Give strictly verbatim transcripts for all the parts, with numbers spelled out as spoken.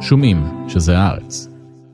שומעים שזה הארץ.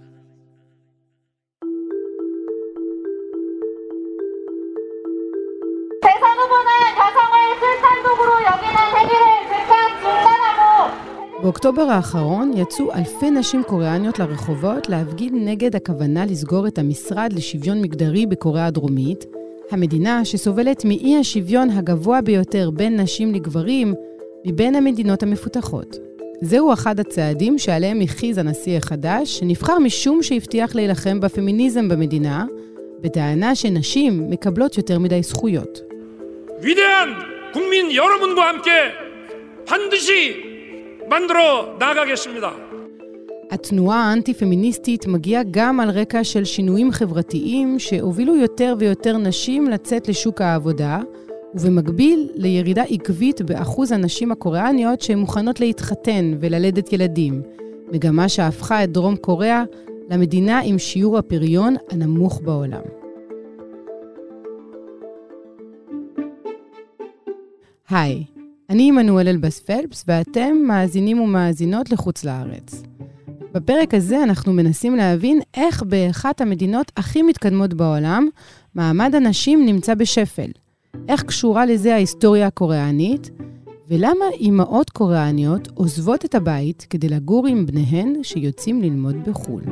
באוקטובר האחרון יצאו אלפי נשים קוריאניות לרחובות להפגין נגד הכוונה לסגור את המשרד לשוויון מגדרי בקוריאה הדרומית, המדינה שסובלת מאי השוויון הגבוה ביותר בין נשים לגברים מבין המדינות המפותחות. זהו אחד הצעדים שעליהם הכריז הנשיא החדש, שנבחר משום שהבטיח להילחם בפמיניזם במדינה, בטענה שנשים מקבלות יותר מדי זכויות. 위대한 국민 여러분과 함께 반드시 만들어 나가겠습니다. התנועה האנטי-פמיניסטית מגיעה גם על רקע של שינויים חברתיים שהובילו יותר ויותר נשים לצאת לשוק העבודה, ובמקביל לירידה עקבית באחוז הנשים הקוריאניות שמוכנות להתחתן וללדת ילדים, מגמה שהפכה את דרום קוריאה למדינה עם שיעור הפריון הנמוך בעולם. היי, אני עמנואל אלבאס פלפס ואתם מאזינים ומאזינות לחוץ לארץ. בפרק הזה אנחנו מנסים להבין איך באחת המדינות הכי מתקדמות בעולם מעמד הנשים נמצא בשפל. איך קשורה לזה ההיסטוריה הקוריאנית, ולמה אימהות קוריאניות עוזבות את הבית כדי לגור עם בניהן שיוצאים ללמוד בחו"ל.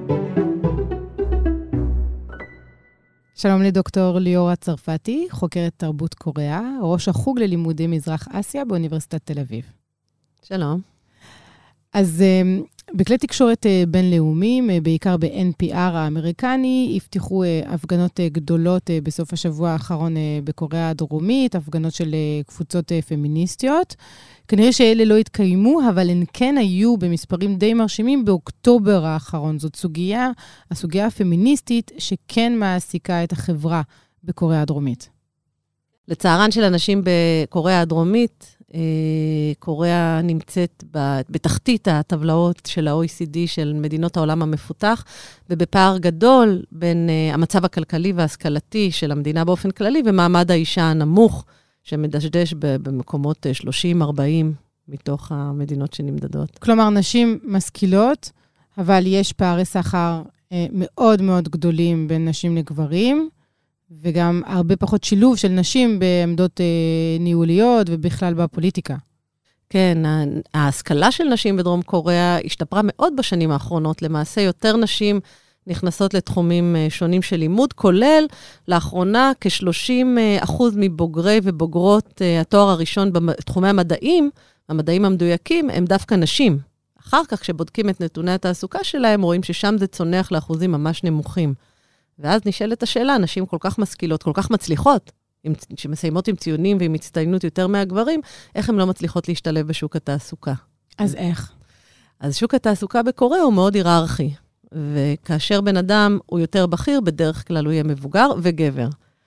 שלום לדוקטור ליאורה צרפתי, חוקרת תרבות קוריאה, ראש החוג ללימודי מזרח אסיה באוניברסיטת תל אביב. שלום. אז בכלי תקשורת בינלאומיים, בעיקר ב-אן פי אר האמריקני, הבטיחו הפגנות גדולות בסוף השבוע האחרון בקוריאה הדרומית, הפגנות של קבוצות פמיניסטיות. כנראה שאלה לא התקיימו, אבל הן כן היו במספרים די מרשימים באוקטובר האחרון. זאת סוגיה, הסוגיה הפמיניסטית שכן מעסיקה את החברה בקוריאה הדרומית. לצערן של אנשים בקוריאה הדרומית, קוריאה נמצאת בתחתית הטבלאות של ה-או אי סי די של מדינות העולם המפותח, ובפער גדול בין המצב הכלכלי וההשכלתי של המדינה באופן כללי, ומעמד האישה הנמוך, שמדשדש במקומות שלושים ארבעים מתוך המדינות שנמדדות. כלומר, נשים משכילות, אבל יש פערי שכר מאוד מאוד גדולים בין נשים לגברים, וגם הרבה פחות שילוב של נשים בעמדות ניהוליות ובכלל בפוליטיקה. כן, ההשכלה של נשים בדרום קוריאה השתפרה מאוד בשנים האחרונות. למעשה יותר נשים נכנסות לתחומים שונים של לימוד, כולל לאחרונה כ-שלושים אחוז מבוגרי ובוגרות התואר הראשון בתחומי המדעים, המדעים המדויקים, הם דווקא נשים. אחר כך, כשבודקים את נתוני התעסוקה שלהם, רואים ששם זה צונח לאחוזים ממש נמוכים. ואז נשאלת השאלה, נשים כל כך משכילות, כל כך מצליחות, שמסיימות עם ציונים ועם הצטיינות יותר מהגברים, איך הן לא מצליחות להשתלב בשוק התעסוקה? אז איך? אז שוק התעסוקה בקוריאה הוא מאוד היררכי. וכאשר בן אדם הוא יותר בכיר, בדרך כלל הוא יהיה מבוגר וגבר.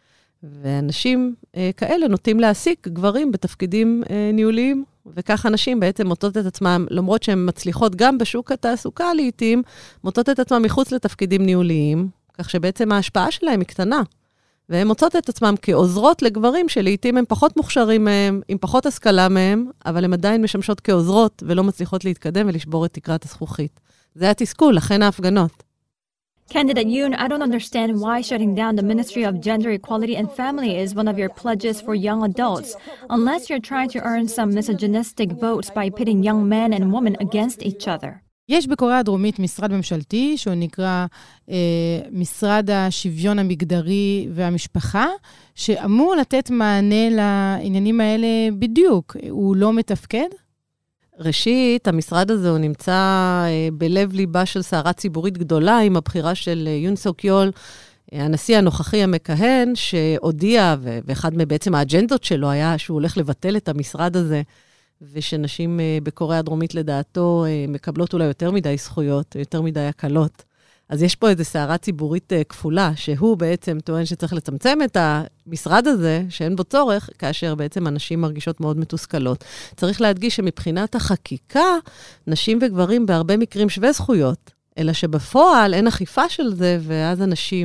ואנשים אה, כאלה נוטים להעסיק גברים בתפקידים אה, ניהוליים, וכך אנשים בעצם מוצאות את עצמם, למרות שהן מצליחות גם בשוק התעסוקה לעתים, מוצאות את עצמם מחוץ לתפקידים ניהוליים, כך שבעצם ההשפעה שלהם היא קטנה. והן מוצאות את עצמם כעוזרות לגברים שלעתים הם פחות מוכשרים מהם, עם פחות השכלה מהם, אבל הן עדיין משמשות כעוזרות ולא מצליחות להתקדם ולשבור את תקרת הזכוכית. זה התסכול, לכן ההפגנות. Candidate Yoon, I don't understand why shutting down the Ministry of Gender Equality and Family is one of your pledges for young adults, unless you're trying to earn some misogynistic votes by pitting young men and women against each other. יש בקוריאה הדרומית משרד ממשלתי, שהוא נקרא אה, משרד השוויון המגדרי והמשפחה, שאמור לתת מענה לעניינים האלה בדיוק. הוא לא מתפקד? ראשית, המשרד הזה הוא נמצא אה, בלב ליבה של סערה ציבורית גדולה, עם הבחירה של אה, יון סוק יול, אה, הנשיא הנוכחי המכהן, שהודיע, ו- ואחד מבעצם האג'נדות שלו היה שהוא הולך לבטל את המשרד הזה, ושנשים בקוריאה הדרומית לדעתו מקבלות אולי יותר מדי זכויות, יותר מדי הקלות. אז יש פה איזו סערה ציבורית כפולה, שהוא בעצם טוען שצריך לצמצם את המשרד הזה, שאין בו צורך, כאשר בעצם הנשים מרגישות מאוד מתוסכלות. צריך להדגיש שמבחינת החקיקה, נשים וגברים בהרבה מקרים שווה זכויות, אלא שבפועל אין אכיפה של זה, ואז אנשים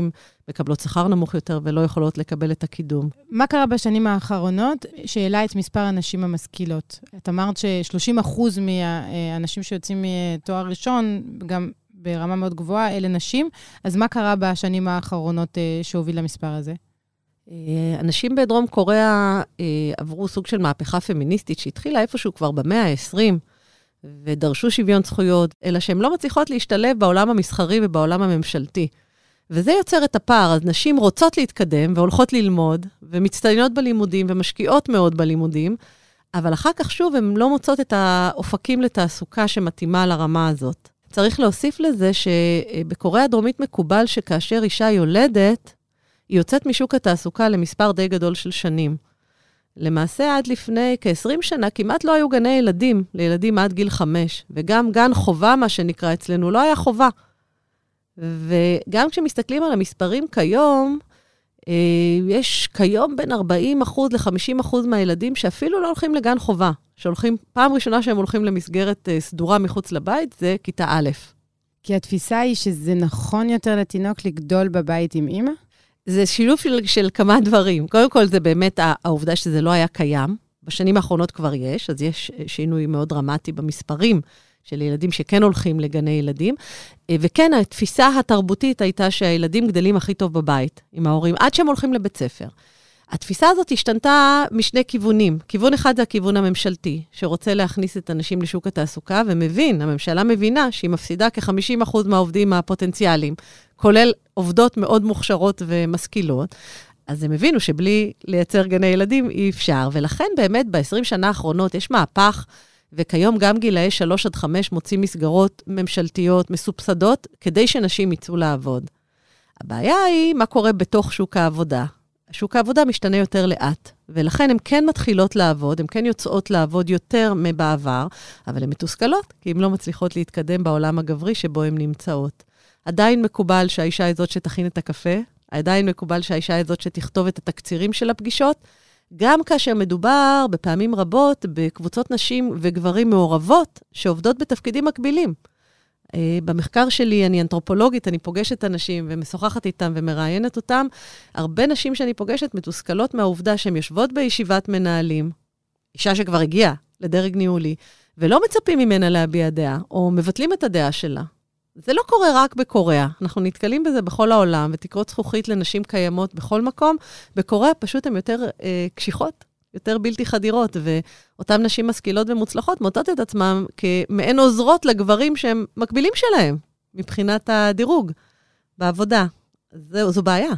מקבלות שכר נמוך יותר ולא יכולות לקבל את הקידום. מה קרה בשנים האחרונות שהעלה את מספר הנשים המשכילות? את אמרת ש-שלושים אחוז מהאנשים שיוצאים מתואר ראשון, גם ברמה מאוד גבוהה, אלה נשים. אז מה קרה בשנים האחרונות שהוביל למספר הזה? אנשים בדרום קוריאה עברו סוג של מהפכה פמיניסטית שהתחילה איפשהו כבר במאה ה-עשרים, ודרשו שוויון זכויות, אלא שהן לא מצליחות להשתלב בעולם המסחרי ובעולם הממשלתי. וזה יוצר את הפער, אז נשים רוצות להתקדם והולכות ללמוד, ומצטיינות בלימודים ומשקיעות מאוד בלימודים, אבל אחר כך שוב הן לא מוצאות את האופקים לתעסוקה שמתאימה לרמה הזאת. צריך להוסיף לזה שבקוריאה הדרומית מקובל שכאשר אישה יולדת, היא יוצאת משוק התעסוקה למספר די גדול של שנים. למעשה עד לפני כ-עשרים שנה כמעט לא היו גני ילדים, לילדים עד גיל חמש, וגם גן חובה, מה שנקרא אצלנו, לא היה חובה. וגם כשמסתכלים על המספרים כיום, יש כיום בין ארבעים אחוז ל-חמישים אחוז מהילדים שאפילו לא הולכים לגן חובה, שהולכים, פעם ראשונה שהם הולכים למסגרת סדורה מחוץ לבית, זה כיתה א'. כי התפיסה היא שזה נכון יותר לתינוק לגדול בבית עם אמא? זה שילוב של, של כמה דברים. קודם כל, זה באמת העובדה שזה לא היה קיים. בשנים האחרונות כבר יש, אז יש שינוי מאוד דרמטי במספרים של ילדים שכן הולכים לגני ילדים. וכן, התפיסה התרבותית הייתה שהילדים גדלים הכי טוב בבית עם ההורים, עד שהם הולכים לבית ספר. התפיסה הזאת השתנתה משני כיוונים. כיוון אחד זה הכיוון הממשלתי, שרוצה להכניס את אנשים לשוק התעסוקה, ומבין, הממשלה מבינה שהיא מפסידה כ-חמישים אחוז מהעובדים הפוטנציאליים, כולל עובדות מאוד מוכשרות ומשכילות, אז הם הבינו שבלי לייצר גני ילדים אי אפשר, ולכן באמת ב-עשרים שנה האחרונות יש מהפך, וכיום גם גילאי שלוש עד חמש מוצאים מסגרות ממשלתיות מסובסדות, כדי שנשים יצאו לעבוד. הבעיה היא מה קורה בתוך שוק העבודה. שוק העבודה משתנה יותר לאט, ולכן הן כן מתחילות לעבוד, הן כן יוצאות לעבוד יותר מבעבר, אבל הן מתוסכלות, כי הן לא מצליחות להתקדם בעולם הגברי שבו הן נמצאות. עדיין מקובל שהאישה היא זאת שתכין את הקפה, עדיין מקובל שהאישה היא זאת שתכתוב את התקצירים של הפגישות, גם כאשר מדובר בפעמים רבות בקבוצות נשים וגברים מעורבות שעובדות בתפקידים מקבילים. במחקר שלי, אני אנתרופולוגית, אני פוגשת אנשים ומשוחחת איתם ומראיינת אותם. הרבה נשים שאני פוגשת מתוסכלות מהעובדה שהן יושבות בישיבת מנהלים, אישה שכבר הגיעה לדרג ניהולי, ולא מצפים ממנה להביע דעה, או מבטלים את הדעה שלה. זה לא קורה רק בקוריאה, אנחנו נתקלים בזה בכל העולם, ותקרות זכוכית לנשים קיימות בכל מקום. בקוריאה פשוט הן יותר אה, קשיחות, יותר בלתי חדירות, ואותן נשים משכילות ומוצלחות מוצאות את עצמם כמעין עוזרות לגברים שהם מקבילים שלהם, מבחינת הדירוג בעבודה. זו, זו בעיה.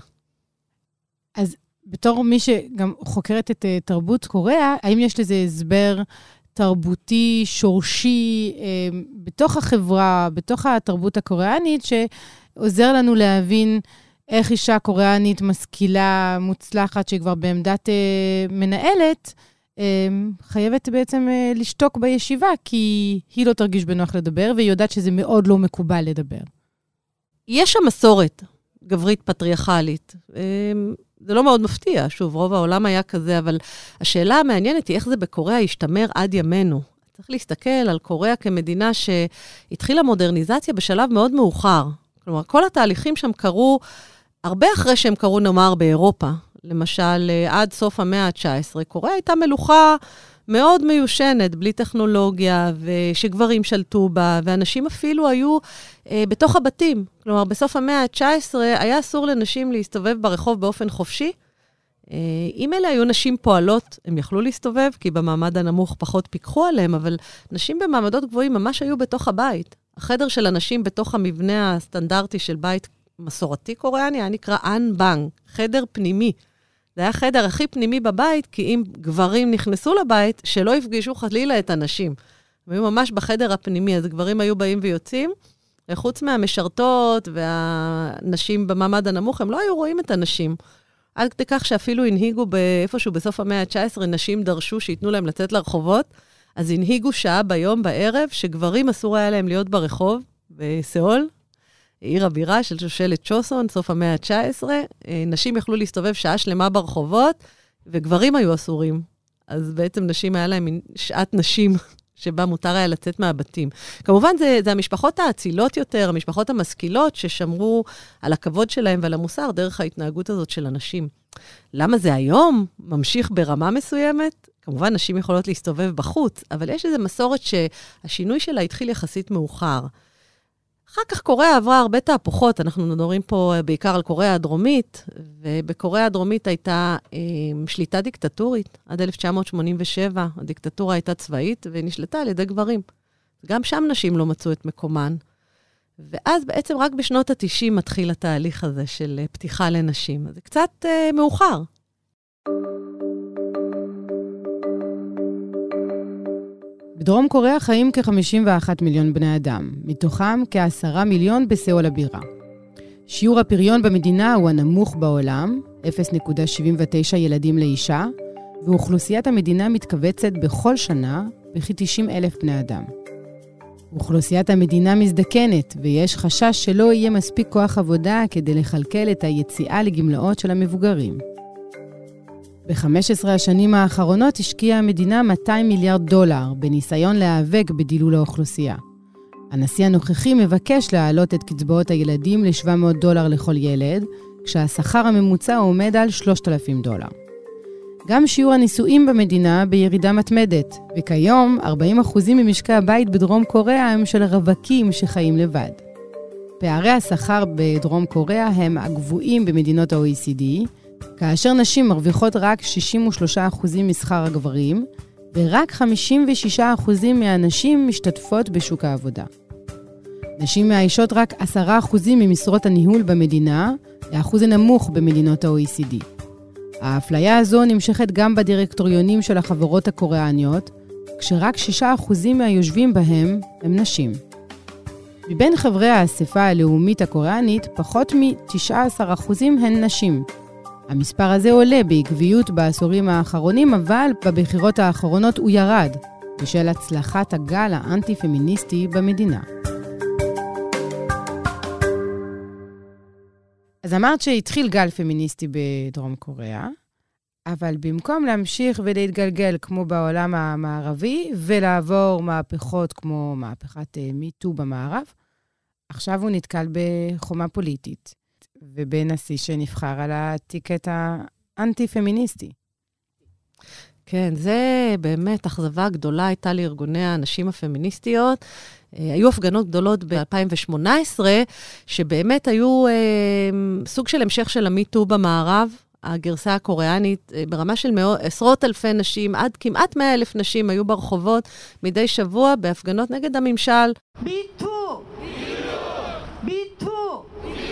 אז בתור מי שגם חוקרת את uh, תרבות קוריאה, האם יש לזה הסבר תרבותי, שורשי, אה, בתוך החברה, בתוך התרבות הקוריאנית, שעוזר לנו להבין איך אישה קוריאנית משכילה, מוצלחת, שהיא כבר בעמדת אה, מנהלת, אה, חייבת בעצם אה, לשתוק בישיבה, כי היא לא תרגיש בנוח לדבר, והיא יודעת שזה מאוד לא מקובל לדבר. יש שם מסורת גברית פטריארכלית. אה, זה לא מאוד מפתיע, שוב, רוב העולם היה כזה, אבל השאלה המעניינת היא איך זה בקוריאה ישתמר עד ימינו. צריך להסתכל על קוריאה כמדינה שהתחילה מודרניזציה בשלב מאוד מאוחר. כלומר, כל התהליכים שם קרו, הרבה אחרי שהם קרו נאמר באירופה. למשל, עד סוף המאה ה-תשע עשרה, קוריאה הייתה מלוכה מאוד מיושנת, בלי טכנולוגיה, ושגברים שלטו בה, ואנשים אפילו היו אה, בתוך הבתים. כלומר, בסוף המאה ה-תשע עשרה היה אסור לנשים להסתובב ברחוב באופן חופשי. אה, אם אלה היו נשים פועלות, הם יכלו להסתובב, כי במעמד הנמוך פחות פיקחו עליהם, אבל נשים במעמדות גבוהים ממש היו בתוך הבית. החדר של הנשים בתוך המבנה הסטנדרטי של בית מסורתי קוריאני, היה נקרא אנבנג, חדר פנימי. זה היה החדר הכי פנימי בבית, כי אם גברים נכנסו לבית, שלא יפגשו חלילה את הנשים. הם היו ממש בחדר הפנימי, אז גברים היו באים ויוצאים, וחוץ מהמשרתות והנשים במעמד הנמוך, הם לא היו רואים את הנשים. עד כדי כך שאפילו הנהיגו באיפשהו בסוף המאה ה-תשע עשרה, נשים דרשו שיתנו להם לצאת לרחובות, אז הנהיגו שעה ביום בערב, שגברים אסור היה להם להיות ברחוב, בסיאול, עיר הבירה של שושלת צ'וסון, סוף המאה ה-תשע עשרה, נשים יכלו להסתובב שעה שלמה ברחובות, וגברים היו אסורים. אז בעצם נשים היה להם שעת נשים שבה מותר היה לצאת מהבתים. כמובן, זה, זה המשפחות האצילות יותר, המשפחות המשכילות, ששמרו על הכבוד שלהם ועל המוסר, דרך ההתנהגות הזאת של אנשים. למה זה היום ממשיך ברמה מסוימת? כמובן, נשים יכולות להסתובב בחוץ, אבל יש איזו מסורת שהשינוי שלה התחיל יחסית מאוחר. אחר כך קוריאה עברה הרבה תהפוכות, אנחנו מדברים פה בעיקר על קוריאה הדרומית, ובקוריאה הדרומית הייתה אה, שליטה דיקטטורית, עד אלף תשע מאות שמונים ושבע, הדיקטטורה הייתה צבאית ונשלטה על ידי גברים. גם שם נשים לא מצאו את מקומן, ואז בעצם רק בשנות ה-תשעים מתחיל התהליך הזה של פתיחה לנשים. אז זה קצת אה, מאוחר. בדרום קוריאה חיים כ-חמישים ואחד מיליון בני אדם, מתוכם כ-עשרה מיליון בסיאול הבירה. שיעור הפריון במדינה הוא הנמוך בעולם, אפס נקודה שבעים ותשע ילדים לאישה, ואוכלוסיית המדינה מתכווצת בכל שנה בכ-תשעים אלף בני אדם. אוכלוסיית המדינה מזדקנת, ויש חשש שלא יהיה מספיק כוח עבודה כדי לכלכל את היציאה לגמלאות של המבוגרים. ב-חמש עשרה השנים האחרונות השקיעה המדינה מאתיים מיליארד דולר בניסיון להיאבק בדילול האוכלוסייה. הנשיא הנוכחי מבקש להעלות את קצבאות הילדים ל-שבע מאות דולר לכל ילד, כשהשכר הממוצע עומד על שלושת אלפים דולר. גם שיעור הנישואים במדינה בירידה מתמדת, וכיום ארבעים אחוז ממשקי הבית בדרום קוריאה הם של רווקים שחיים לבד. פערי השכר בדרום קוריאה הם הגבוהים במדינות ה-או אי סי די, כאשר נשים מרוויחות רק שישים ושלושה אחוז משכר הגברים, ורק חמישים ושישה אחוז מהנשים משתתפות בשוק העבודה. נשים מאיישות רק עשרה אחוז ממשרות הניהול במדינה, לאחוז הנמוך במדינות ה-או אי סי די. האפליה הזו נמשכת גם בדירקטוריונים של החברות הקוריאניות, כשרק שישה אחוז מהיושבים בהם הם נשים. מבין חברי האספה הלאומית הקוריאנית, פחות מ-תשעה עשר אחוז הן נשים. המספר הזה עולה בעקביות בעשורים האחרונים, אבל בבחירות האחרונות הוא ירד, בשל הצלחת הגל האנטי-פמיניסטי במדינה. אז אמרת שהתחיל גל פמיניסטי בדרום קוריאה, אבל במקום להמשיך ולהתגלגל כמו בעולם המערבי, ולעבור מהפכות כמו מהפכת מיטו במערב, עכשיו הוא נתקל בחומה פוליטית, ובנשיא שנבחר על הטיקט האנטי-פמיניסטי. כן, זה באמת אכזבה גדולה הייתה לארגוני הנשים הפמיניסטיות. היו הפגנות גדולות ב-אלפיים שמונה עשרה, שבאמת היו אה, סוג של המשך של המיטו במערב, הגרסה הקוריאנית, אה, ברמה של מאות, עשרות אלפי נשים, עד כמעט מאה אלף נשים היו ברחובות מדי שבוע בהפגנות נגד הממשל. מיטו! מיטו!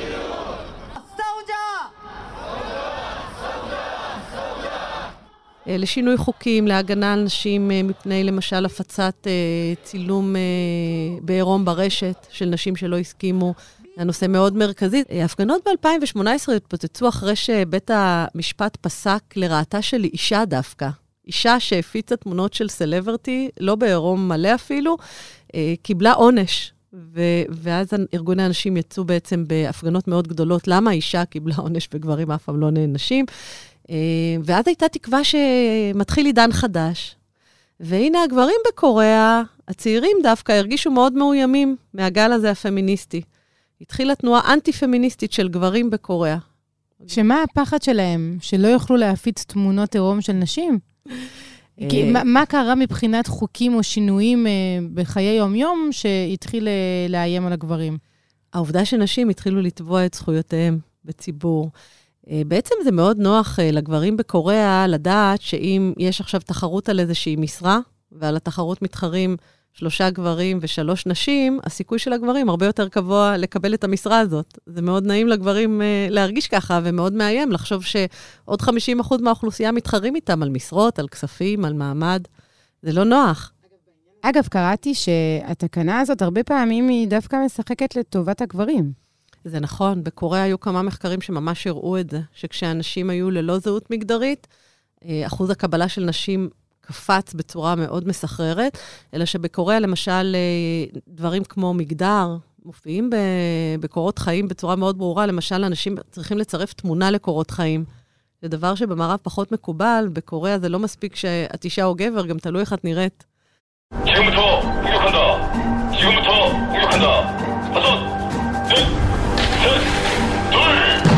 לשינוי חוקים, להגנה על נשים מפני למשל הפצת צילום בעירום ברשת של נשים שלא הסכימו, הנושא מאוד מרכזי. ההפגנות ב-אלפיים שמונה עשרה התפוצצו אחרי שבית המשפט פסק לרעתה של אישה דווקא. אישה שהפיצה תמונות של סלברטי, לא בעירום מלא אפילו, קיבלה עונש. ו- ואז ארגוני הנשים יצאו בעצם בהפגנות מאוד גדולות. למה האישה קיבלה עונש וגברים אף פעם לא נענשים? ואז הייתה תקווה שמתחיל עידן חדש. והנה הגברים בקוריאה, הצעירים דווקא, הרגישו מאוד מאוימים מהגל הזה הפמיניסטי. התחילה תנועה אנטי-פמיניסטית של גברים בקוריאה. שמה הפחד שלהם? שלא יוכלו להפיץ תמונות עירום של נשים? מה קרה מבחינת חוקים או שינויים בחיי יום-יום שהתחיל לאיים על הגברים? העובדה שנשים התחילו לתבוע את זכויותיהם בציבור. בעצם זה מאוד נוח לגברים בקוריאה לדעת שאם יש עכשיו תחרות על איזושהי משרה, ועל התחרות מתחרים שלושה גברים ושלוש נשים, הסיכוי של הגברים הרבה יותר קבוע לקבל את המשרה הזאת. זה מאוד נעים לגברים להרגיש ככה, ומאוד מאיים לחשוב שעוד חמישים אחוז מהאוכלוסייה מתחרים איתם על משרות, על כספים, על מעמד. זה לא נוח. אגב, קראתי שהתקנה הזאת הרבה פעמים היא דווקא משחקת לטובת הגברים. זה נכון, בקוריאה היו כמה מחקרים שממש הראו את זה, שכשאנשים היו ללא זהות מגדרית, אחוז הקבלה של נשים קפץ בצורה מאוד מסחררת, אלא שבקוריאה למשל דברים כמו מגדר מופיעים בקורות חיים בצורה מאוד ברורה, למשל אנשים צריכים לצרף תמונה לקורות חיים. זה דבר שבמערב פחות מקובל, בקוריאה זה לא מספיק שאת אישה או גבר, גם תלוי איך את נראית. 지금부터 공격한다. 지금부터 공격한다. 다섯, 넷, 셋, 둘.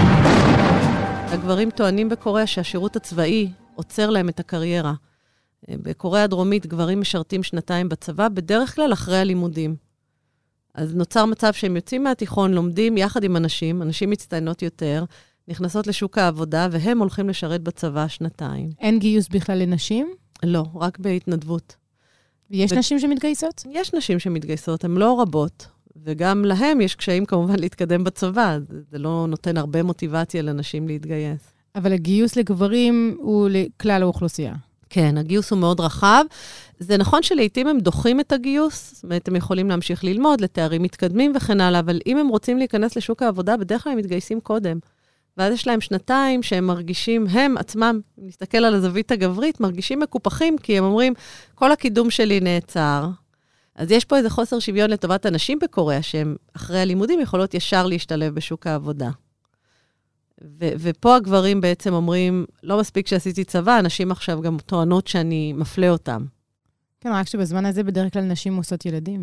הגברים טוענים בקוריאה שהשירות הצבאי עוצר להם את הקריירה. בקוריאה הדרומית גברים משרתים שנתיים בצבא, בדרך כלל אחרי הלימודים. אז נוצר מצב שהם יוצאים מהתיכון, לומדים יחד עם אנשים, אנשים מצטיינות יותר, נכנסות לשוק העבודה, והם הולכים לשרת בצבא שנתיים. אין גיוס בכלל לנשים? לא, רק בהתנדבות. ויש ו... נשים שמתגייסות? יש נשים שמתגייסות, הן לא רבות, וגם להם יש קשיים כמובן להתקדם בצבא, זה לא נותן הרבה מוטיבציה לנשים להתגייס. אבל הגיוס לגברים הוא לכלל האוכלוסייה. כן, הגיוס הוא מאוד רחב. זה נכון שלעיתים הם דוחים את הגיוס, זאת אומרת, הם יכולים להמשיך ללמוד, לתארים מתקדמים וכן הלאה, אבל אם הם רוצים להיכנס לשוק העבודה, בדרך כלל הם מתגייסים קודם. ואז יש להם שנתיים שהם מרגישים, הם עצמם, אם נסתכל על הזווית הגברית, מרגישים מקופחים, כי הם אומרים, כל הקידום שלי נעצר. אז יש פה איזה חוסר שוויון לטובת אנשים בקוריאה, שהם אחרי הלימודים יכולות ישר להשתלב בשוק העבודה. ו- ופה הגברים בעצם אומרים, לא מספיק שעשיתי צבא, אנשים עכשיו גם טוענות שאני מפלה אותם. כן, רק שבזמן הזה בדרך כלל נשים עושות ילדים.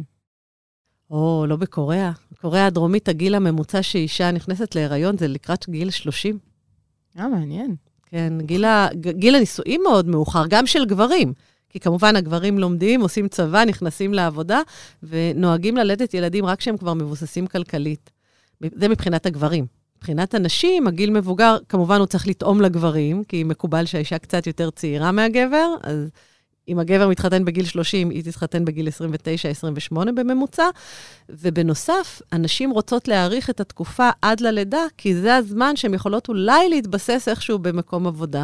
או, לא בקוריאה. בקוריאה הדרומית, הגיל הממוצע שאישה נכנסת להיריון, זה לקראת גיל שלושים. אה, מעניין. כן, גיל, ה- גיל הנישואים מאוד מאוחר, גם של גברים. כי כמובן הגברים לומדים, עושים צבא, נכנסים לעבודה, ונוהגים ללדת ילדים רק שהם כבר מבוססים כלכלית. זה מבחינת הגברים. מבחינת הנשים, הגיל מבוגר, כמובן הוא צריך לתאום לגברים, כי מקובל שהאישה קצת יותר צעירה מהגבר, אז אם הגבר מתחתן בגיל שלושים, היא תתחתן בגיל עשרים ותשע עשרים ושמונה בממוצע, ובנוסף, הנשים רוצות להאריך את התקופה עד ללידה, כי זה הזמן שהן יכולות אולי להתבסס איכשהו במקום עבודה.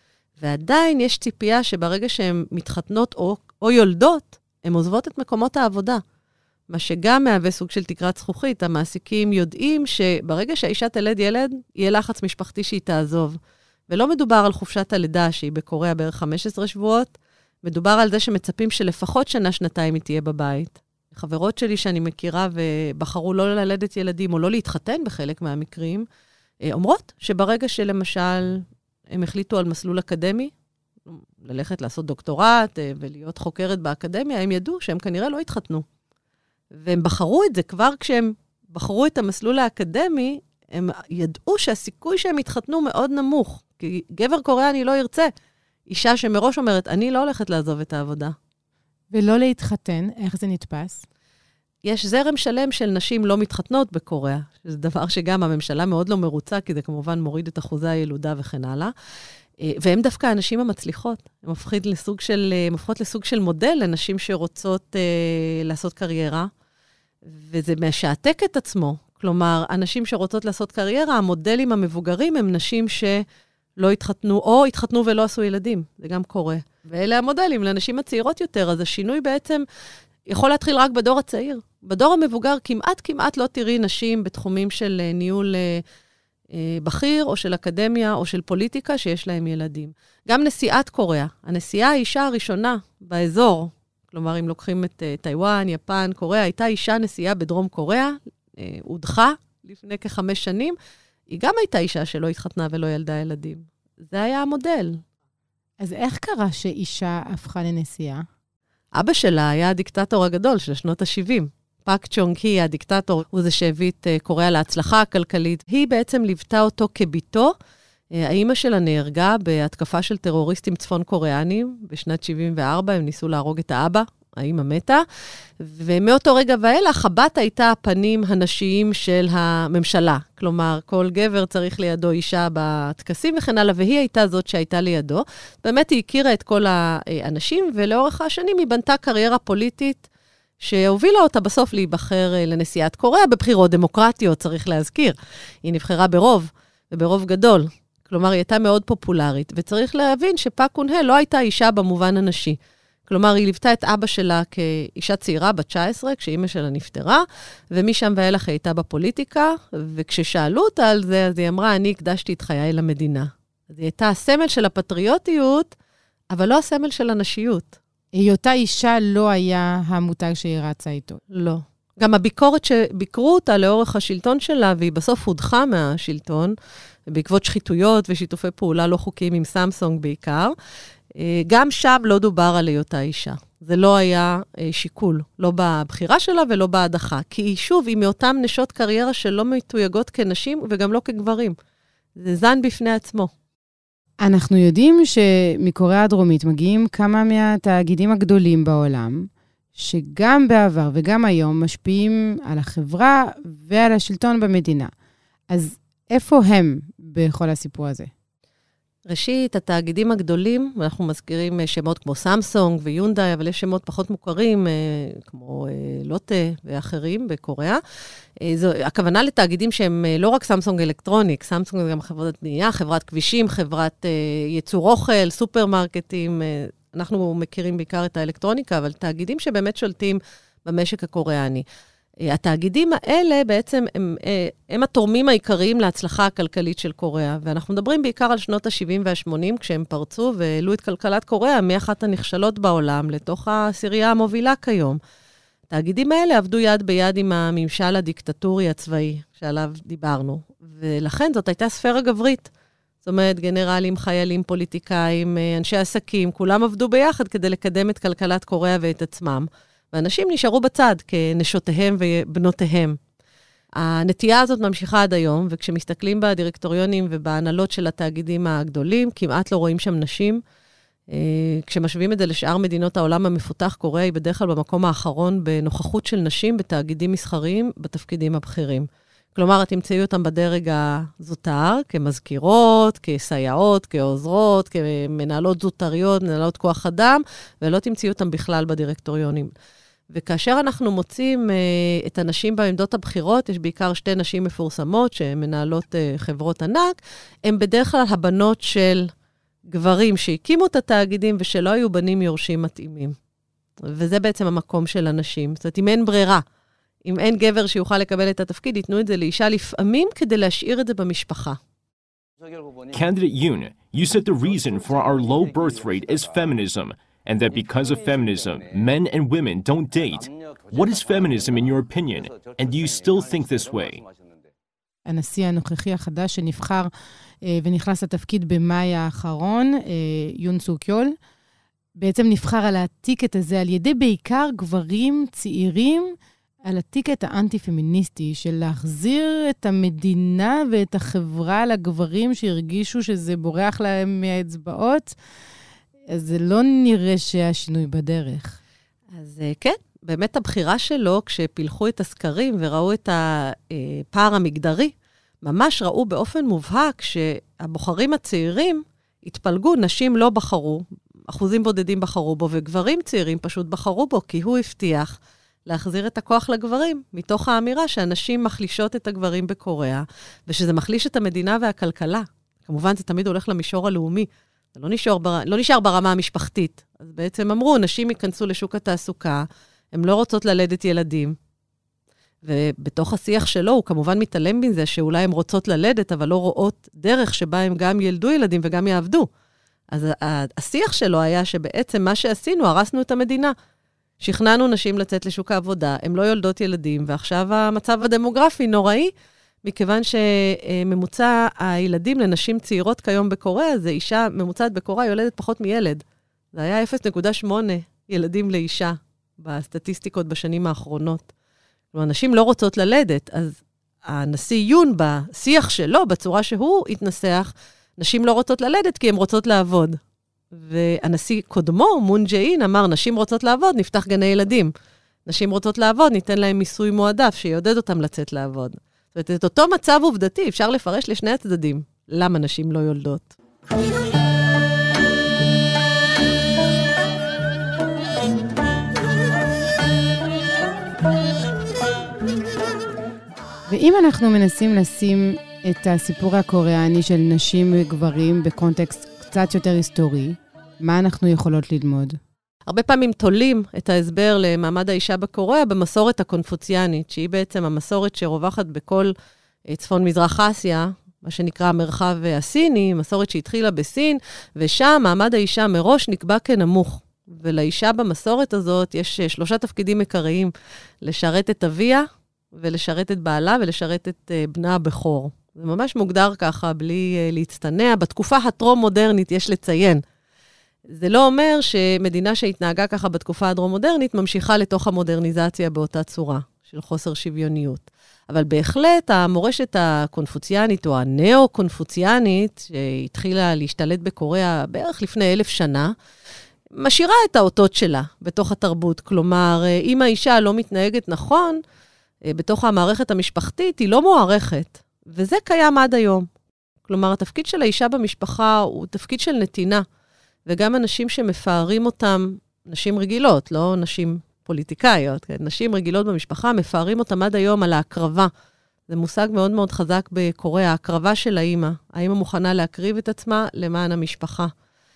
ועדיין יש ציפייה שברגע שהן מתחתנות או, או יולדות, הן עוזבות את מקומות העבודה. מה שגם מהווה סוג של תקרת זכוכית, המעסיקים יודעים שברגע שהאישה תלד ילד, יהיה לחץ משפחתי שהיא תעזוב. ולא מדובר על חופשת הלידה שהיא בקוריאה בערך חמישה עשר שבועות, מדובר על זה שמצפים שלפחות שנה, שנתיים היא תהיה בבית. חברות שלי שאני מכירה ובחרו לא ללדת ילדים או לא להתחתן בחלק מהמקרים, אומרות שברגע שלמשל הם החליטו על מסלול אקדמי, ללכת לעשות דוקטורט ולהיות חוקרת באקדמיה, הם ידעו שהם כנראה לא התחתנו. והם בחרו את זה כבר כשהם בחרו את המסלול האקדמי, הם ידעו שהסיכוי שהם התחתנו מאוד נמוך, כי גבר קוריאני לא ירצה. אישה שמראש אומרת, אני לא הולכת לעזוב את העבודה. ולא להתחתן, איך זה נתפס? יש זרם שלם של נשים לא מתחתנות בקוריאה, שזה דבר שגם הממשלה מאוד לא מרוצה, כי זה כמובן מוריד את אחוזי הילודה וכן הלאה. והן דווקא הנשים המצליחות. הן הופכות לסוג של, הופכות לסוג של מודל לנשים שרוצות אה, לעשות קריירה, וזה משעתק את עצמו. כלומר, אנשים שרוצות לעשות קריירה, המודלים המבוגרים הם נשים שלא התחתנו, או התחתנו ולא עשו ילדים. זה גם קורה. ואלה המודלים לנשים הצעירות יותר, אז השינוי בעצם יכול להתחיל רק בדור הצעיר. בדור המבוגר כמעט כמעט לא תראי נשים בתחומים של ניהול בכיר, או של אקדמיה, או של פוליטיקה, שיש להם ילדים. גם נשיאת קוריאה. הנשיאה האישה הראשונה באזור, כלומר, אם לוקחים את טיואן, יפן, קוריאה, הייתה אישה נשיאה בדרום קוריאה, הודחה לפני כחמש שנים, היא גם הייתה אישה שלא התחתנה ולא ילדה ילדים. זה היה המודל. אז איך קרה שאישה הפכה לנשיאה? אבא שלה היה הדיקטטור הגדול של שנות ה-שבעים. פאק צ'ונג הי, הדיקטטור, הוא זה שהביא את קוריאה להצלחה הכלכלית. היא בעצם ליוותה אותו כביתו. האמא שלה נהרגה בהתקפה של טרוריסטים צפון קוריאנים. בשנת שבעים וארבע הם ניסו להרוג את האבא, האמא מתה. ומאותו רגע ואילך, הבת הייתה הפנים הנשיים של הממשלה. כלומר, כל גבר צריך לידו אישה בטקסים וכן הלאה, והיא הייתה זאת שהייתה לידו. באמת היא הכירה את כל האנשים, ולאורך השנים היא בנתה קריירה פוליטית, שהובילה אותה בסוף להיבחר לנשיאת קוריאה, בבחירות דמוקרטיות, צריך להזכיר. היא נבחרה ברוב, וברוב גדול. כלומר, היא הייתה מאוד פופולרית, וצריך להבין שפאק קון-הי לא הייתה אישה במובן הנשי. כלומר, היא ליוותה את אבא שלה כאישה צעירה בת תשע עשרה, כשאימא שלה נפטרה, ומשם ואילך היא הייתה בפוליטיקה, וכששאלו אותה על זה, אז היא אמרה, אני הקדשתי את חיי למדינה. אז היא הייתה הסמל של הפטריוטיות, אבל לא הסמל של הנשיות. היותה אישה לא היה המותג שהיא רצה איתו. לא. גם הביקורת שביקרו אותה לאורך השלטון שלה, והיא בסוף הודחה מהשלטון, בעקבות שחיתויות ושיתופי פעולה לא חוקיים עם סמסונג בעיקר, גם שם לא דובר על היותה אישה. זה לא היה שיקול, לא בבחירה שלה ולא בהדחה. כי שוב, היא מאותן נשות קריירה שלא מתויגות כנשים וגם לא כגברים. זה זן בפני עצמו. אנחנו יודעים שמקוריאה הדרומית מגיעים כמה מהתאגידים הגדולים בעולם, שגם בעבר וגם היום משפיעים על החברה ועל השלטון במדינה. אז איפה הם בכל הסיפור הזה? ראשית, התאגידים הגדולים, אנחנו מזכירים שמות כמו סמסונג ויונדאי, אבל יש שמות פחות מוכרים, כמו לוטה ואחרים בקוריאה. זו, הכוונה לתאגידים שהם לא רק סמסונג אלקטרוניק, סמסונג זה גם חברת בנייה, חברת כבישים, חברת ייצור אוכל, סופרמרקטים, אנחנו מכירים בעיקר את האלקטרוניקה, אבל תאגידים שבאמת שולטים במשק הקוריאני. התאגידים האלה בעצם הם, הם התורמים העיקריים להצלחה הכלכלית של קוריאה, ואנחנו מדברים בעיקר על שנות ה-שבעים וה-שמונים, כשהם פרצו והעלו את כלכלת קוריאה מאחת הנכשלות בעולם לתוך העשירייה המובילה כיום. התאגידים האלה עבדו יד ביד עם הממשל הדיקטטורי הצבאי שעליו דיברנו, ולכן זאת הייתה ספירה גברית. זאת אומרת, גנרלים, חיילים, פוליטיקאים, אנשי עסקים, כולם עבדו ביחד כדי לקדם את כלכלת קוריאה ואת עצמם. ואנשים נשארו בצד כנשותיהם ובנותיהם. הנטייה הזאת ממשיכה עד היום, וכשמסתכלים בדירקטוריונים ובהנהלות של התאגידים הגדולים, כמעט לא רואים שם נשים. כשמשווים את זה לשאר מדינות העולם המפותח, קוריאה היא בדרך כלל במקום האחרון בנוכחות של נשים בתאגידים מסחריים בתפקידים הבכירים. כלומר, את תמצאו אותם בדרג הזוטר, כמזכירות, כסייעות, כעוזרות, כמנהלות זוטריות, מנהלות כוח אדם, ולא תמצאו אותם בכלל בדירקטוריונים. וכאשר אנחנו מוצאים uh, את הנשים בעמדות הבחירות, יש בעיקר שתי נשים מפורסמות שמנהלות uh, חברות ענק, הן בדרך כלל הבנות של גברים שהקימו את התאגידים ושלא היו בנים יורשים מתאימים. וזה בעצם המקום של הנשים. זאת אומרת, אם אין ברירה, אם אין גבר שיוכל לקבל את התפקיד, ייתנו את זה לאישה לפעמים כדי להשאיר את זה במשפחה. Candidate Yoon, you said the reason for our low birth rate is feminism, and that because of feminism, men and women don't date. What is feminism in your opinion, and do you still think this way? הנשיא הנוכחי החדש שנבחר ונכנס לתפקיד במאי האחרון, יון סוק יול, בעצם נבחר על הטיקט הזה על ידי בעיקר גברים צעירים, על הטיקט האנטי-פמיניסטי של להחזיר את המדינה ואת החברה לגברים שהרגישו שזה בורח להם מהאצבעות, אז זה לא נראה שהשינוי בדרך. אז כן, באמת הבחירה שלו, כשפילחו את הסקרים וראו את הפער המגדרי, ממש ראו באופן מובהק שהבוחרים הצעירים התפלגו, נשים לא בחרו, אחוזים בודדים בחרו בו, וגברים צעירים פשוט בחרו בו, כי הוא הבטיח להחזיר את הכוח לגברים, מתוך האמירה שאנשים מחלישות את הגברים בקוריאה, ושזה מחליש את המדינה והכלכלה. כמובן, זה תמיד הולך למישור הלאומי. זה לא נשאר, בר... לא נשאר ברמה המשפחתית. אז בעצם אמרו, נשים ייכנסו לשוק התעסוקה, הן לא רוצות ללדת ילדים. ובתוך השיח שלו, הוא כמובן מתעלם מזה שאולי הן רוצות ללדת, אבל לא רואות דרך שבה הם גם ילדו ילדים וגם יעבדו. אז השיח שלו היה שבעצם מה שעשינו, הרסנו את המדינה. שכנענו נשים לצאת לשוק העבודה, הן לא יולדות ילדים, ועכשיו המצב הדמוגרפי נוראי, מכיוון שממוצע הילדים לנשים צעירות כיום בקוריאה, זה אישה ממוצעת בקוריאה יולדת פחות מילד. זה היה אפס נקודה שמונה ילדים לאישה בסטטיסטיקות בשנים האחרונות. כלומר, נשים לא רוצות ללדת, אז הנשיא יון בשיח שלו, בצורה שהוא התנסח, נשים לא רוצות ללדת כי הן רוצות לעבוד. והנשיא קודמו, מון ג'אין, אמר, נשים רוצות לעבוד, נפתח גני ילדים. נשים רוצות לעבוד, ניתן להם מיסוי מועדף, שיעודד אותם לצאת לעבוד. זאת אומרת, את אותו מצב עובדתי, אפשר לפרש לשני הצדדים. למה נשים לא יולדות? ואם אנחנו מנסים לשים את הסיפור הקוריאני של נשים וגברים בקונטקסט קצת יותר היסטורי, מה אנחנו יכולות ללמוד? הרבה פעמים תולים את ההסבר למעמד האישה בקוריאה במסורת הקונפוציאנית, שהיא בעצם המסורת שרווחת בכל צפון מזרח אסיה, מה שנקרא המרחב הסיני, מסורת שהתחילה בסין, ושם מעמד האישה מראש נקבע כנמוך. ולאישה במסורת הזאת יש שלושה תפקידים עיקריים, לשרת את אביה, ולשרת את בעלה, ולשרת את בנה הבכור. זה ממש מוגדר ככה, בלי להצטנע. בתקופה הטרום-מודרנית יש לציין. זה לא אומר שמדינה שהתנהגה ככה בתקופה הדרום-מודרנית, ממשיכה לתוך המודרניזציה באותה צורה של חוסר שוויוניות. אבל בהחלט המורשת הקונפוציאנית או הנאו-קונפוציאנית, שהתחילה להשתלט בקוריאה בערך לפני אלף שנה, משאירה את האותות שלה בתוך התרבות. כלומר, אם האישה לא מתנהגת נכון, בתוך המערכת המשפחתית היא לא מוערכת, וזה קיים עד היום. כלומר, התפקיד של האישה במשפחה הוא תפקיד של נתינה, וגם אנשים שמפארים אותם, נשים רגילות, לא נשים פוליטיקאיות, כן? נשים רגילות במשפחה, מפארים אותם עד היום על ההקרבה. זה מושג מאוד מאוד חזק בקוריאה, ההקרבה של האמא. האמא מוכנה להקריב את עצמה למען המשפחה.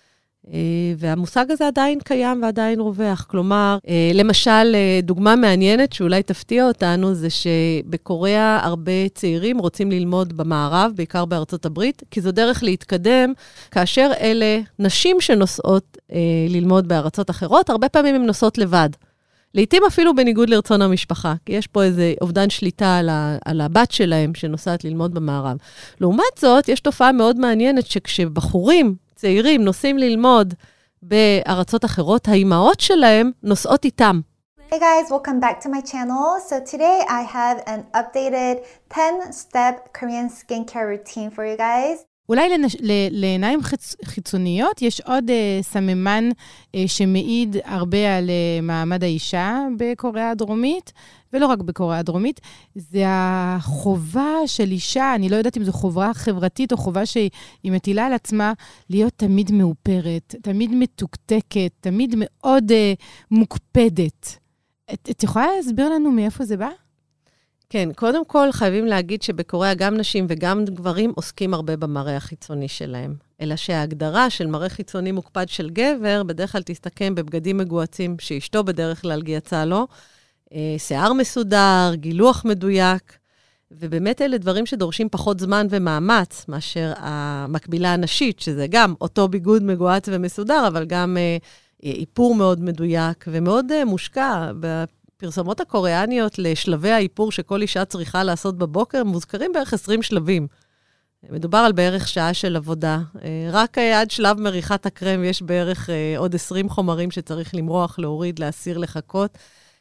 והמושג הזה עדיין קיים ועדיין רווח. כלומר, למשל, דוגמה מעניינת שאולי תפתיע אותנו, זה שבקוריאה הרבה צעירים רוצים ללמוד במערב, בעיקר בארצות הברית, כי זו דרך להתקדם, כאשר אלה נשים שנוסעות ללמוד בארצות אחרות, הרבה פעמים הן נוסעות לבד. לעתים אפילו בניגוד לרצון המשפחה, כי יש פה איזה אובדן שליטה על, ה, על הבת שלהם שנוסעת ללמוד במערב. לעומת זאת, יש תופעה מאוד מעניינת שכשבחורים צעירים נוסעים ללמוד בארצות אחרות, האימהות שלהם נוסעות איתם. Hey guys, welcome back to my channel. So today I have an updated ten-step Korean skincare routine for you guys. אולי לנש... לעיניים חיצ... חיצוניות יש עוד uh, סממן uh, שמעיד הרבה על uh, מעמד האישה בקוריאה הדרומית, ולא רק בקוריאה הדרומית, זה החובה של אישה, אני לא יודעת אם זו חובה חברתית או חובה שהיא מטילה על עצמה, להיות תמיד מאופרת, תמיד מתוקתקת, תמיד מאוד uh, מוקפדת. את, את יכולה להסביר לנו מאיפה זה בא? כן, קודם כל חייבים להגיד שבקוריאה גם נשים וגם גברים עוסקים הרבה במראה החיצוני שלהם. אלא שההגדרה של מראה חיצוני מוקפד של גבר, בדרך כלל תסתכם בבגדים מגועצים שאשתו בדרך כלל גייצה לו, שיער מסודר, גילוח מדויק, ובאמת אלה דברים שדורשים פחות זמן ומאמץ, מאשר המקבילה הנשית, שזה גם אותו ביגוד מגועץ ומסודר, אבל גם איפור מאוד מדויק ומאוד מושקע פרסומות הקוריאניות לשלבי האיפור שכל אישה צריכה לעשות בבוקר, מוזכרים בערך עשרים שלבים. מדובר על בערך שעה של עבודה. רק עד שלב מריחת הקרם יש בערך עוד עשרים חומרים שצריך למרוח, להוריד, להסיר, לחכות.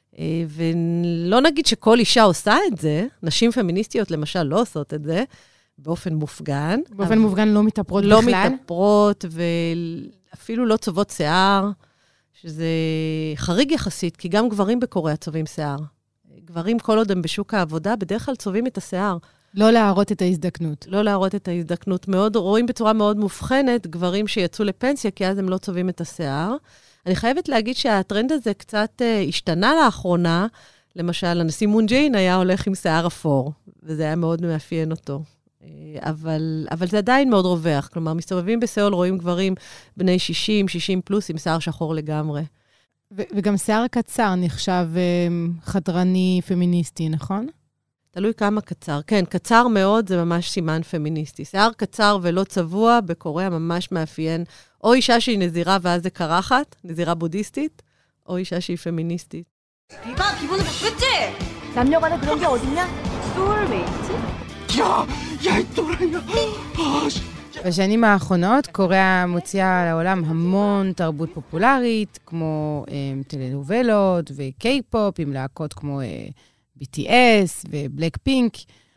ולא נגיד שכל אישה עושה את זה, נשים פמיניסטיות למשל לא עושות את זה, באופן מופגן. באופן מופגן לא מתאפרות לא בכלל? לא מתאפרות ואפילו לא צובות שיער. שזה חריג יחסית, כי גם גברים בקוריאה צובעים שיער. גברים כל עוד הם בשוק העבודה, בדרך כלל צובעים את השיער. לא להראות את ההזדקנות. לא להראות את ההזדקנות. מאוד, רואים בצורה מאוד מובחנת גברים שיצאו לפנסיה, כי אז הם לא צובעים את השיער. אני חייבת להגיד שהטרנד הזה קצת uh, השתנה לאחרונה. למשל, הנשיא מון ג'יין היה הולך עם שיער אפור, וזה היה מאוד מאפיין אותו. אבל, אבל זה עדיין מאוד רווח. כלומר, מסתובבים בסיול, רואים גברים בני שישים, שישים פלוס, עם שיער שחור לגמרי. ו- וגם שיער קצר נחשב uh, חדרני פמיניסטי, נכון? תלוי כמה קצר. כן, קצר מאוד זה ממש סימן פמיניסטי. שיער קצר ולא צבוע, בקוריאה ממש מאפיין, או אישה שהיא נזירה ואז זה קרחת, נזירה בודהיסטית, או אישה שהיא פמיניסטית. 네가 기분을 바꿨지? 남녀 간에 그런 게 어딨냐? 소울메이트? 야, 야, 이 또라이야. 아, בשנים האחרונות, קוריאה מוציאה לעולם המון תרבות פופולרית, כמו אה, טלנובלות וקיי-פופ, עם להקות כמו אה, בי טי אס ובלק פינק.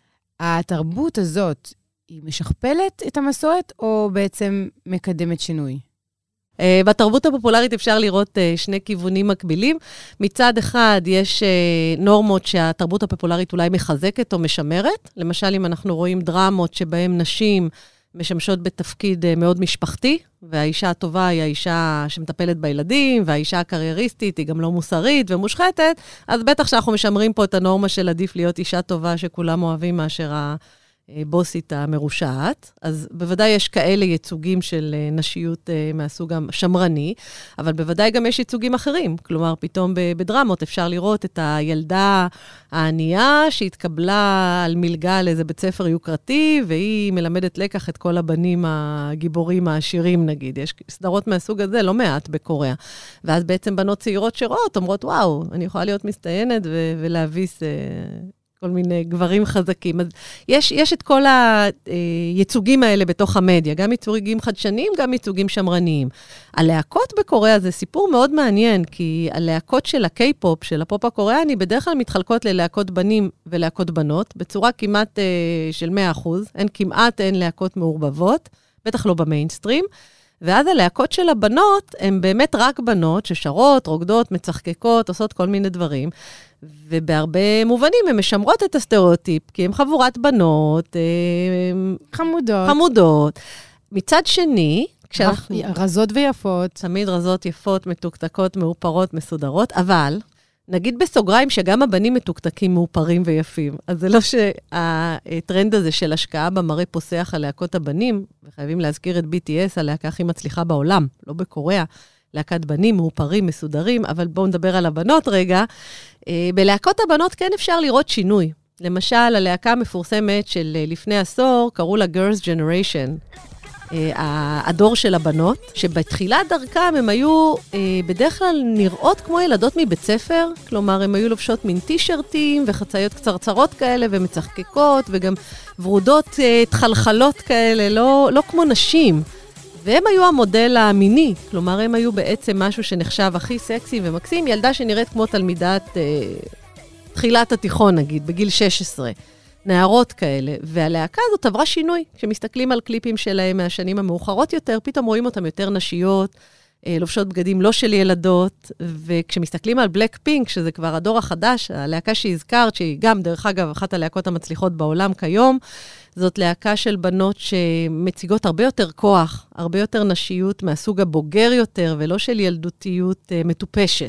התרבות הזאת, היא משכפלת את המסורת, או בעצם מקדמת שינוי? Uh, בתרבות הפופולרית אפשר לראות uh, שני כיוונים מקבילים. מצד אחד יש uh, נורמות שהתרבות הפופולרית אולי מחזקת או משמרת. למשל, אם אנחנו רואים דרמות שבהן נשים משמשות בתפקיד uh, מאוד משפחתי, והאישה הטובה היא האישה שמטפלת בילדים, והאישה הקרייריסטית היא גם לא מוסרית ומושחתת, אז בטח שאנחנו משמרים פה את הנורמה של עדיף להיות אישה טובה שכולם אוהבים מאשר ה... בוסית המרושעת, אז בוודאי יש כאלה ייצוגים של נשיות מהסוג השמרני, אבל בוודאי גם יש ייצוגים אחרים. כלומר, פתאום בדרמות אפשר לראות את הילדה הענייה שהתקבלה על מלגה לאיזה בית ספר יוקרתי, והיא מלמדת לקח את כל הבנים הגיבורים העשירים, נגיד. יש סדרות מהסוג הזה לא מעט בקוריאה. ואז בעצם בנות צעירות שרואות אומרות, וואו, אני יכולה להיות מסתיינת ו- ולהביס... כל מיני גברים חזקים. אז יש, יש את כל הייצוגים האלה בתוך המדיה, גם ייצוגים חדשניים, גם ייצוגים שמרניים. הלהקות בקוריאה זה סיפור מאוד מעניין, כי הלהקות של הקיי-פופ, של הפופ הקוריאני, בדרך כלל מתחלקות ללהקות בנים ולהקות בנות, בצורה כמעט אה, של מאה אחוז, אין כמעט אין להקות מעורבבות, בטח לא במיינסטרים, ואז הלהקות של הבנות, הן באמת רק בנות ששרות, רוקדות, מצחקקות, עושות כל מיני דברים, ובהרבה מובנים הן משמרות את הסטריאוטיפ, כי הן חבורת בנות, חמודות. חמודות. מצד שני, כשאנחנו... רזות ויפות. תמיד רזות יפות, מתוקתקות, מאופרות, מסודרות, אבל... נגיד בסוגריים שגם הבנים מתוקתקים מאופרים ויפים. אז זה לא שהטרנד הזה של השקעה במראה פוסח על להקות הבנים, וחייבים להזכיר את בי טי אס, הלהקה הכי מצליחה בעולם, לא בקוריאה, להקת בנים מאופרים, מסודרים, אבל בואו נדבר על הבנות רגע. בלהקות הבנות כן אפשר לראות שינוי. למשל, הלהקה המפורסמת של לפני עשור, קראו לה Girls Generation. הדור של הבנות, שבתחילת דרכם הם היו בדרך כלל נראות כמו ילדות מבית ספר, כלומר הם היו לובשות מין טישרטים וחצאיות קצרצרות כאלה ומצחקקות וגם ורודות תחלחלות כאלה, לא, לא כמו נשים. והם היו המודל המיני, כלומר הם היו בעצם משהו שנחשב הכי סקסי ומקסים, ילדה שנראית כמו תלמידת תחילת התיכון נגיד, בגיל שש עשרה. נערות כאלה, והלהקה הזאת עברה שינוי. כשמסתכלים על קליפים שלהם מהשנים המאוחרות יותר, פתאום רואים אותם יותר נשיות, לובשות בגדים לא של ילדות, וכשמסתכלים על בלק פינק, שזה כבר הדור החדש, הלהקה שהזכרת, שהיא גם, דרך אגב, אחת הלהקות המצליחות בעולם כיום, זאת להקה של בנות שמציגות הרבה יותר כוח, הרבה יותר נשיות מהסוג הבוגר יותר, ולא של ילדותיות מטופשת.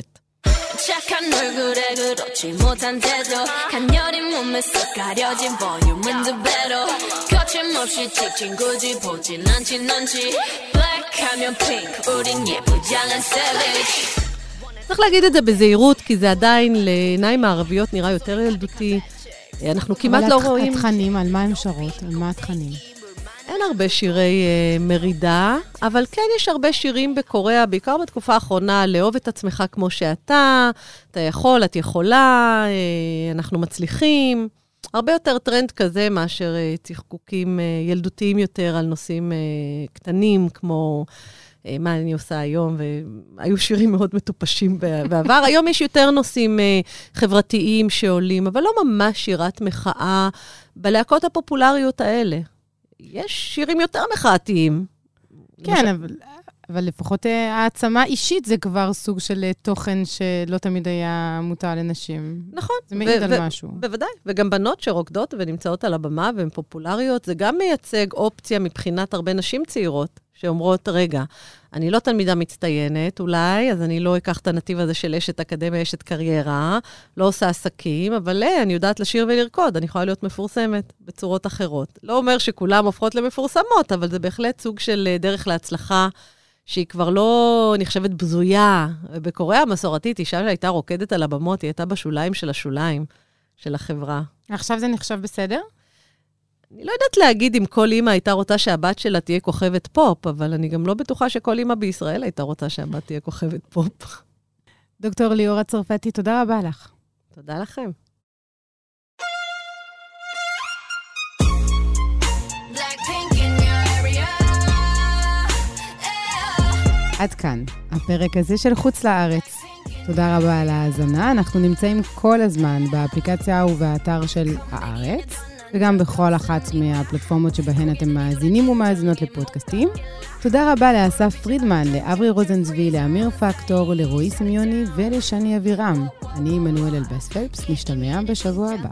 착한 얼굴에 그렇지 못한 태도 간열린 몸에 쓱 가려진 볼륨은 두 배로 거침없이 찍힌 굳이 보진 않진 않지 블랙하면 핑크 우린 예쁘장한 savage צריך להגיד את זה בזהירות, כי זה עדיין לעיניים הערביות נראה יותר ילדותי. אנחנו כמעט לא רואים... אבל התכנים, על מה הם שרות? על מה התכנים? אין הרבה שירי uh, מרידה, אבל כן יש הרבה שירים בקוריאה, בעיקר בתקופה האחרונה, לאהוב את עצמך כמו שאתה, אתה יכול, את יכולה, uh, אנחנו מצליחים. הרבה יותר טרנד כזה מאשר uh, צחקוקים uh, ילדותיים יותר על נושאים uh, קטנים, כמו uh, מה אני עושה היום, והיו שירים מאוד מטופשים בעבר. היום יש יותר נושאים uh, חברתיים שעולים, אבל לא ממש שירת מחאה בלהקות הפופולריות האלה. יש שירים יותר מחאתיים. כן, אבל, אבל לפחות העצמה אישית זה כבר סוג של תוכן שלא תמיד היה מותר לנשים. נכון. זה מעיד על משהו. בוודאי. וגם בנות שרוקדות ונמצאות על הבמה והן פופולריות, זה גם מייצג אופציה מבחינת הרבה נשים צעירות, שאומרות, רגע, אני לא תלמידה מצטיינת, אולי, אז אני לא אקח את הנתיב הזה של אשת אקדמיה, אשת קריירה, לא עושה עסקים, אבל לא, אני יודעת לשיר ולרקוד, אני יכולה להיות מפורסמת בצורות אחרות. לא אומר שכולם הופכות למפורסמות, אבל זה בהחלט סוג של דרך להצלחה, שהיא כבר לא נחשבת בזויה. בקוריאה המסורתית, אישה שהייתה רוקדת על הבמות, היא הייתה בשוליים של השוליים של החברה. עכשיו זה נחשב בסדר? אני לא יודעת להגיד אם כל אמא הייתה רוצה שהבת שלה תהיה כוכבת פופ, אבל אני גם לא בטוחה שכל אמא בישראל הייתה רוצה שהבת תהיה כוכבת פופ. דוקטור ליאורה צרפתי, תודה רבה לך. תודה לכם. עד כאן, הפרק הזה של חוץ לארץ. תודה רבה על ההאזנה. אנחנו נמצאים כל הזמן באפליקציה ובאתר של הארץ. וגם בכל אחת מהפלטפורמות שבהן אתם מאזינים ומאזינות לפודקאסטים. תודה רבה לאסף פרידמן, לאברי רוזנצבי, לאמיר פקטור, לרועי סמיוני ולשני אבירם. אני מנואל אלבס פלפס, נשתמע בשבוע הבא.